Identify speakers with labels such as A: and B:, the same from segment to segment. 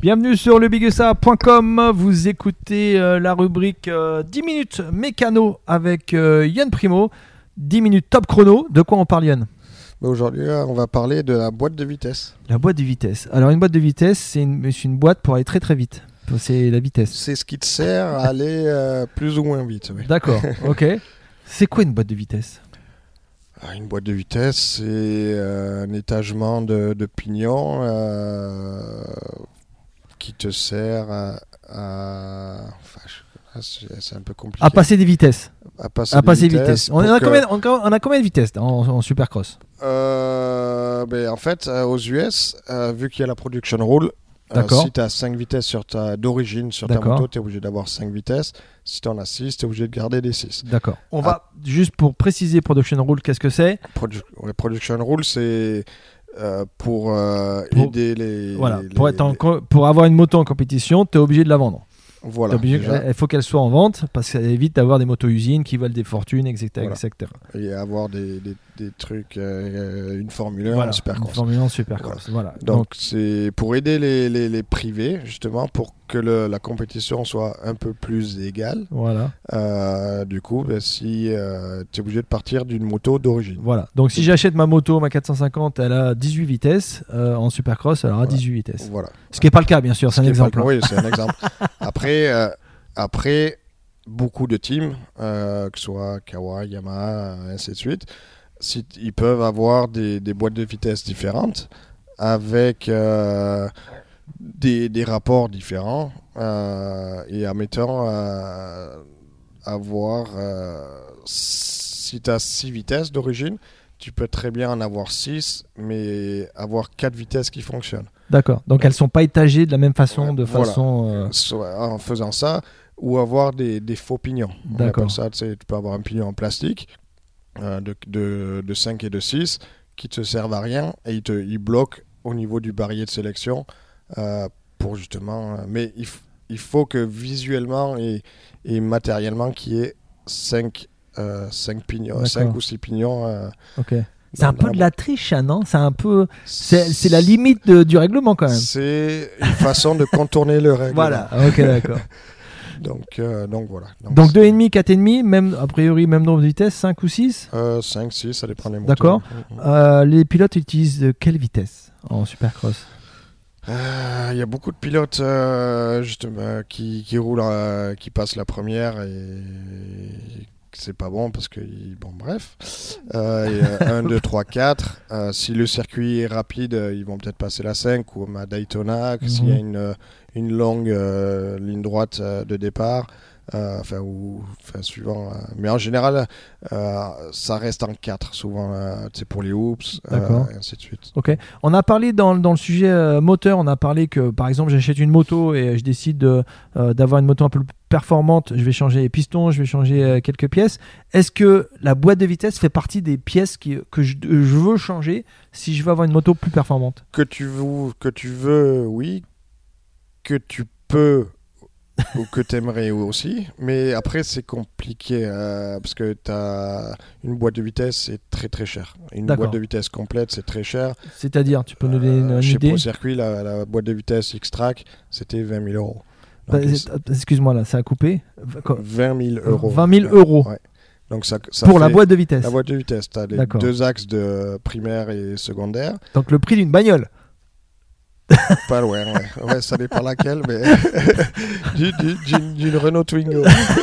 A: Bienvenue sur lebigusa.com. Vous écoutez la rubrique 10 minutes mécano avec Yann Primo. 10 minutes top chrono. De quoi on parle, Yann ?
B: Aujourd'hui, on va parler de la boîte de vitesse.
A: La boîte de vitesse. Alors, une boîte de vitesse, c'est une boîte pour aller très très vite. C'est la vitesse.
B: C'est ce qui te sert à aller plus ou moins vite. Oui.
A: D'accord, ok. C'est quoi une boîte de vitesse ?
B: Une boîte de vitesse, c'est un étagement de pignons qui te sert c'est un peu compliqué.
A: À passer des vitesses.
B: À passer des vitesses.
A: On a combien de vitesses en Supercross ?
B: En fait, aux US, vu qu'il y a la production rule, si tu as 5 vitesses d'origine sur ta moto, tu es obligé d'avoir 5 vitesses. Si tu en as 6, tu es obligé de garder les 6. D'accord.
A: On va juste pour préciser production rule, qu'est-ce que c'est ?
B: Production rule, c'est pour aider les...
A: Voilà, pour avoir une moto en compétition, tu es obligé de la vendre.
B: Voilà,
A: il faut qu'elle soit en vente parce que ça évite d'avoir des moto-usines qui valent des fortunes, etc.
B: Voilà.
A: etc.
B: Et avoir des trucs, une Formule 1 en Supercross.
A: Une Formule 1 en Supercross. Voilà.
B: Donc c'est pour aider les privés, justement, pour que la compétition soit un peu plus égale.
A: Voilà.
B: Du coup, si tu es obligé de partir d'une moto d'origine.
A: Voilà. Donc si j'achète ma moto, ma 450, elle a 18 vitesses. En Supercross, elle aura 18 vitesses.
B: Voilà.
A: Ce qui n'est pas le cas, bien sûr. C'est un exemple.
B: Oui, c'est un exemple. Après, beaucoup de teams, que ce soit Kawa, Yamaha, ainsi de suite, ils peuvent avoir des boîtes de vitesse différentes avec des rapports différents et admettons avoir si tu as 6 vitesses d'origine, tu peux très bien en avoir 6 mais avoir 4 vitesses qui fonctionnent.
A: D'accord, donc elles ne sont pas étagées de la même façon,
B: Soit en faisant ça, ou avoir des faux pignons.
A: D'accord.
B: On appelle ça, tu peux avoir un pignon en plastique de 5 et de 6 qui te servent à rien et ils bloquent au niveau du barillet de sélection pour justement... mais il faut que visuellement et matériellement qu'il y ait 5 pignons, 5 ou 6 pignons.
A: Ok. C'est un peu de la triche, non ? C'est la limite du règlement quand même.
B: C'est une façon de contourner le règlement.
A: Voilà, ok, d'accord.
B: donc voilà.
A: Donc 2,5, 4,5, même, a priori même nombre de vitesses, 5 ou 6 ?
B: 5, 6, ça dépend des motos.
A: D'accord. Les pilotes utilisent quelle vitesse en Supercross ?
B: Il y a beaucoup de pilotes justement, qui roulent, qui passent la première et... c'est pas bon parce que bref 1, 2, 3, 4 si le circuit est rapide ils vont peut-être passer la 5 ou à Daytona s'il y a une longue ligne droite de départ suivant mais en général ça reste en 4 souvent pour les hoops et ainsi de suite.
A: Ok, on a parlé dans le sujet moteur, on a parlé que par exemple j'achète une moto et je décide d'avoir une moto un peu plus performante, je vais changer les pistons, je vais changer quelques pièces. Est-ce que la boîte de vitesse fait partie des pièces que je veux changer si je veux avoir une moto plus performante ?
B: Que tu veux, oui. Que tu peux ou que tu aimerais aussi, mais après c'est compliqué parce que une boîte de vitesse c'est très très cher. Boîte de vitesse complète c'est très cher.
A: C'est-à-dire, tu peux nous donner une
B: chez
A: idée ?
B: Pro Circuit, la boîte de vitesse X-Track c'était 20 000 euros.
A: Excuse-moi là, ça a coupé.
B: 20 000 euros.
A: 20 000 euros.
B: Ouais. Donc ça
A: pour la boîte de vitesse.
B: La boîte de vitesse, tu as les 2 axes de primaire et secondaire.
A: Donc le prix d'une bagnole.
B: Pas loin, ouais, ça dépend laquelle, mais d'une Renault Twingo.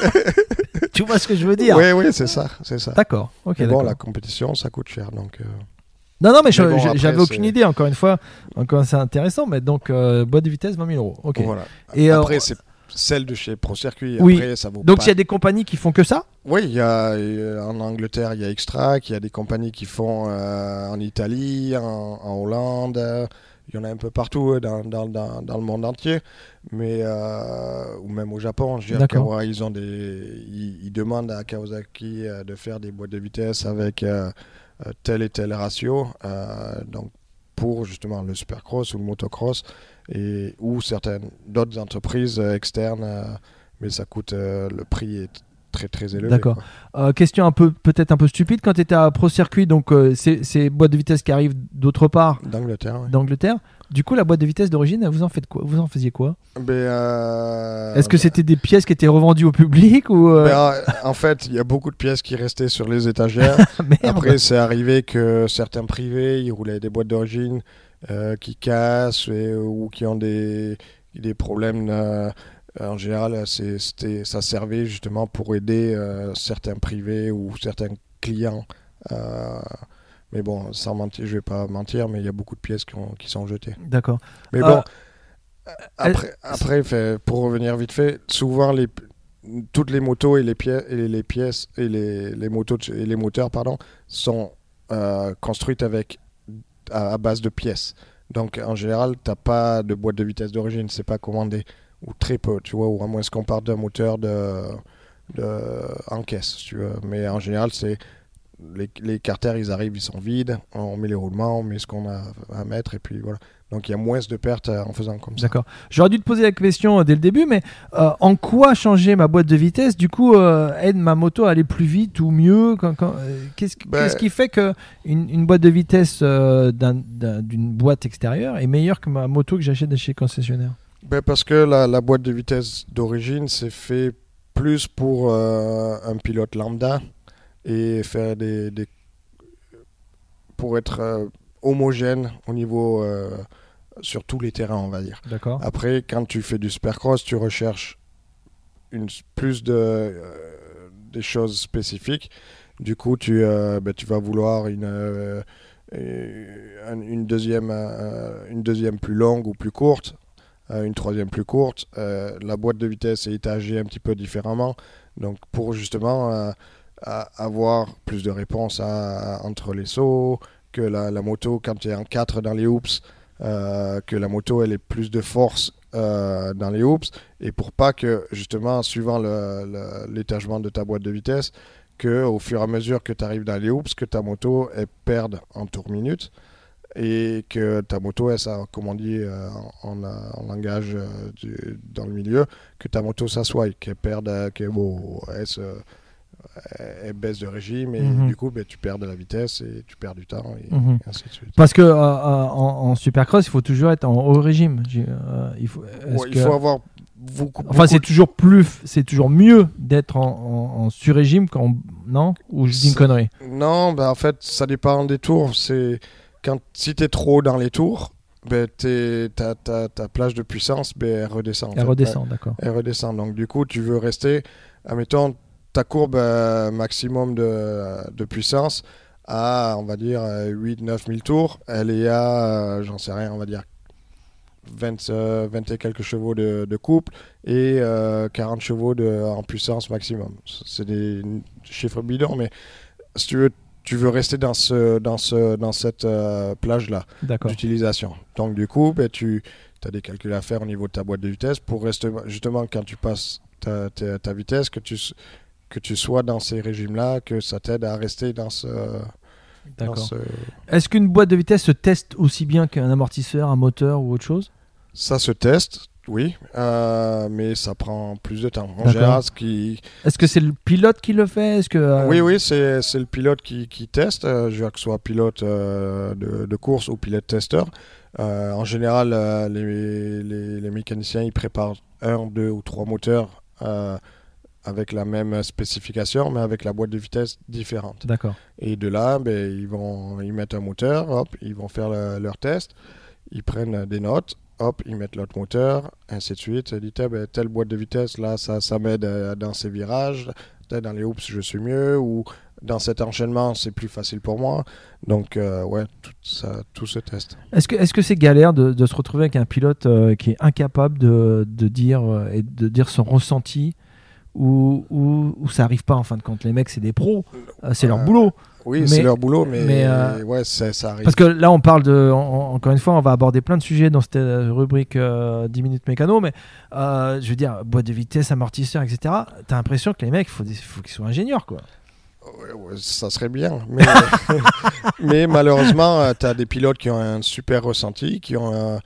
A: Tu vois ce que je veux dire ?
B: Oui, c'est ça.
A: D'accord. Ok.
B: Mais
A: d'accord.
B: La compétition, ça coûte cher, donc.
A: Non, mais j'avais aucune idée. Encore une fois, c'est intéressant, mais donc boîte de vitesse 20 000 euros. Ok.
B: Voilà. Et après, c'est celle de chez Pro Circuit.
A: Oui.
B: Après, ça vaut
A: donc il y a des compagnies qui font que ça ?
B: Oui, il y a en Angleterre, il y a X-Track, il y a des compagnies qui font en Italie, en Hollande. Il y en a un peu partout dans le monde entier, mais ou même au Japon. Je veux dire, ils demandent à Kawasaki de faire des boîtes de vitesse avec tel et tel ratio, donc pour justement le supercross ou le motocross ou certaines d'autres entreprises externes, mais ça coûte le prix est très très élevé.
A: D'accord. Question peut-être un peu stupide, quand tu étais à Pro Circuit, donc c'est boîtes de vitesse qui arrivent d'autre part
B: d'Angleterre. Ouais.
A: D'Angleterre. Du coup, la boîte de vitesse d'origine, vous en faites quoi? Vous en faisiez quoi? Est-ce que
B: Ben,
A: c'était des pièces qui étaient revendues au public ou
B: en fait, il y a beaucoup de pièces qui restaient sur les étagères.
A: Merde.
B: Après, c'est arrivé que certains privés, ils roulaient des boîtes d'origine qui cassent ou qui ont des problèmes. En général, ça servait justement pour aider certains privés ou certains clients. Mais bon, sans mentir, je vais pas mentir, mais il y a beaucoup de pièces qui sont jetées.
A: D'accord.
B: Mais bon, après, pour revenir vite fait, souvent toutes les motos et les pièces et les motos et les moteurs sont construites à base de pièces. Donc en général, t'as pas de boîte de vitesse d'origine, c'est pas commandé ou très peu, tu vois, ou à moins qu'on parte d'un moteur en caisse, tu vois. Mais en général, c'est les carters, ils arrivent, ils sont vides, on met les roulements, on met ce qu'on a à mettre et puis voilà. Donc il y a moins de pertes en faisant comme ça.
A: D'accord. J'aurais dû te poser la question dès le début, mais en quoi changer ma boîte de vitesse, du coup, aide ma moto à aller plus vite ou mieux qu'est-ce qui fait qu'une boîte de vitesse d'une boîte extérieure est meilleure que ma moto que j'achète de chez concessionnaire?
B: Parce que la boîte de vitesse d'origine, c'est fait plus pour un pilote lambda et faire pour être homogène au niveau sur tous les terrains, on va dire.
A: D'accord.
B: Après, quand tu fais du supercross, tu recherches plus des choses spécifiques. Du coup, tu vas vouloir une deuxième plus longue ou plus courte, une troisième plus courte. La boîte de vitesse est étagée un petit peu différemment. Donc, pour justement avoir plus de réponses entre les sauts, que la moto, quand tu es en 4 dans les hoops, que la moto elle ait plus de force dans les hoops, et pour pas que justement suivant l'étagement de ta boîte de vitesse, que au fur et à mesure que tu arrives dans les hoops, que ta moto elle perde en tour minute et que ta moto elle, ça, comme on dit en langage dans le milieu, que ta moto s'assoie, qu'elle perde, elle baisse de régime et du coup tu perds de la vitesse et tu perds du temps et ainsi de suite.
A: Parce que en supercross, il faut toujours être en haut régime. Il faut
B: avoir
A: c'est toujours mieux d'être en sur-régime non? Ou je dis une connerie?
B: Non, en fait, ça dépend des tours. Si tu es trop dans les tours, ta plage de puissance, elle redescend.
A: D'accord.
B: Elle redescend. Donc, du coup, tu veux rester, admettons, ta courbe maximum de puissance à, on va dire, 8-9 000 tours. Elle est à, j'en sais rien, on va dire 20 et quelques chevaux de couple et 40 chevaux en puissance maximum. C'est des chiffres bidons, mais si tu veux rester dans cette plage-là d'utilisation. Donc du coup, tu as des calculs à faire au niveau de ta boîte de vitesse pour rester, justement, quand tu passes ta vitesse, que tu sois dans ces régimes-là, que ça t'aide à rester dans ce...
A: D'accord. Est-ce qu'une boîte de vitesse se teste aussi bien qu'un amortisseur, un moteur ou autre chose?
B: Ça se teste, oui, mais ça prend plus de temps. En général,
A: Est-ce que c'est le pilote qui le fait?
B: Oui, c'est le pilote qui teste, je veux que ce soit pilote de course ou pilote testeur. En général, les mécaniciens ils préparent 1, 2 ou 3 moteurs avec la même spécification, mais avec la boîte de vitesse différente.
A: D'accord.
B: Et de là, ils mettent un moteur, hop, ils vont faire leur test, ils prennent des notes, hop, ils mettent l'autre moteur, ainsi de suite. Ils disent, telle boîte de vitesse, là, ça m'aide dans ces virages, dans les hoops, je suis mieux, ou dans cet enchaînement, c'est plus facile pour moi. Donc, tout se teste.
A: Est-ce que c'est galère de se retrouver avec un pilote qui est incapable de dire son ressenti, ou ça arrive pas en fin de compte? Les mecs, c'est des pros, c'est leur boulot.
B: Oui, c'est leur boulot, mais ça arrive.
A: Parce que là, on parle encore une fois, on va aborder plein de sujets dans cette rubrique 10 minutes mécano, mais je veux dire, boîte de vitesse, amortisseur, etc. T'as l'impression que les mecs, faut qu'ils soient ingénieurs, quoi.
B: Ouais, ça serait bien, mais malheureusement, t'as des pilotes qui ont un super ressenti, qui ont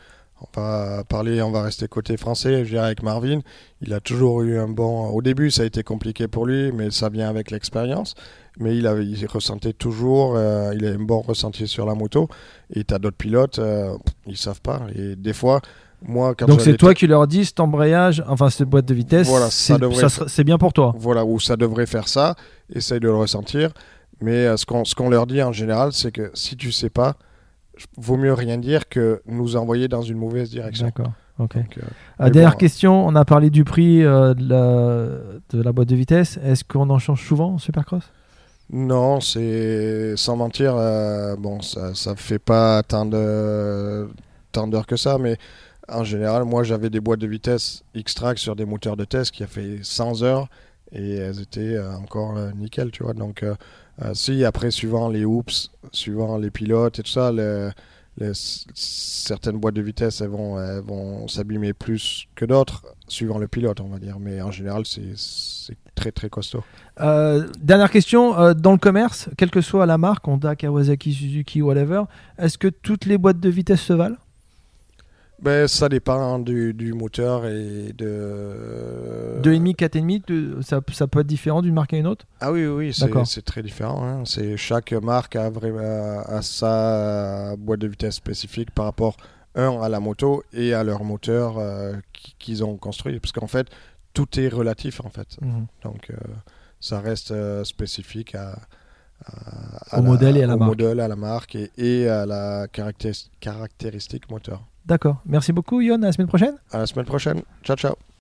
B: on va rester côté français. Je dirais avec Marvin, il a toujours eu un bon. Au début, ça a été compliqué pour lui, mais ça vient avec l'expérience. Mais il ressentait toujours, il a un bon ressenti sur la moto. Et tu as d'autres pilotes, ils savent pas. Et des fois, moi, quand
A: Donc c'est toi qui leur dis cet embrayage, enfin cette boîte de vitesse,
B: voilà,
A: c'est bien pour toi.
B: Voilà, où ça devrait faire ça, essaye de le ressentir. Mais ce qu'on leur dit en général, c'est que si tu sais pas, vaut mieux rien dire que nous envoyer dans une mauvaise direction.
A: D'accord. Ok.
B: Donc,
A: dernière question, on a parlé du prix de la boîte de vitesse. Est-ce qu'on en change souvent en Supercross?
B: Non, c'est sans mentir, bon, ça fait pas tant d'heures que ça, mais en général, moi j'avais des boîtes de vitesse X-Track sur des moteurs de test qui a fait 100 heures et elles étaient encore nickel, tu vois. Donc, si après, suivant les hoops, suivant les pilotes et tout ça, certaines boîtes de vitesse elles vont s'abîmer plus que d'autres, suivant le pilote, on va dire. Mais en général, c'est très très costaud.
A: Dernière question, dans le commerce, quelle que soit la marque, Honda, Kawasaki, Suzuki, whatever, est-ce que toutes les boîtes de vitesse se valent?
B: Ben, ça dépend du moteur et de...
A: 2,5, 4,5, ça peut être différent d'une marque à une autre?
B: Ah oui, c'est très différent. Hein. Chaque marque a sa boîte de vitesse spécifique par rapport, à la moto et à leur moteur qu'ils ont construit. Parce qu'en fait, tout est relatif, en fait. Donc, ça reste spécifique
A: au modèle et à la marque.
B: Modèle, à la marque et à la caractéristique moteur.
A: D'accord. Merci beaucoup, Yon. À la semaine prochaine.
B: À la semaine prochaine. Ciao, ciao.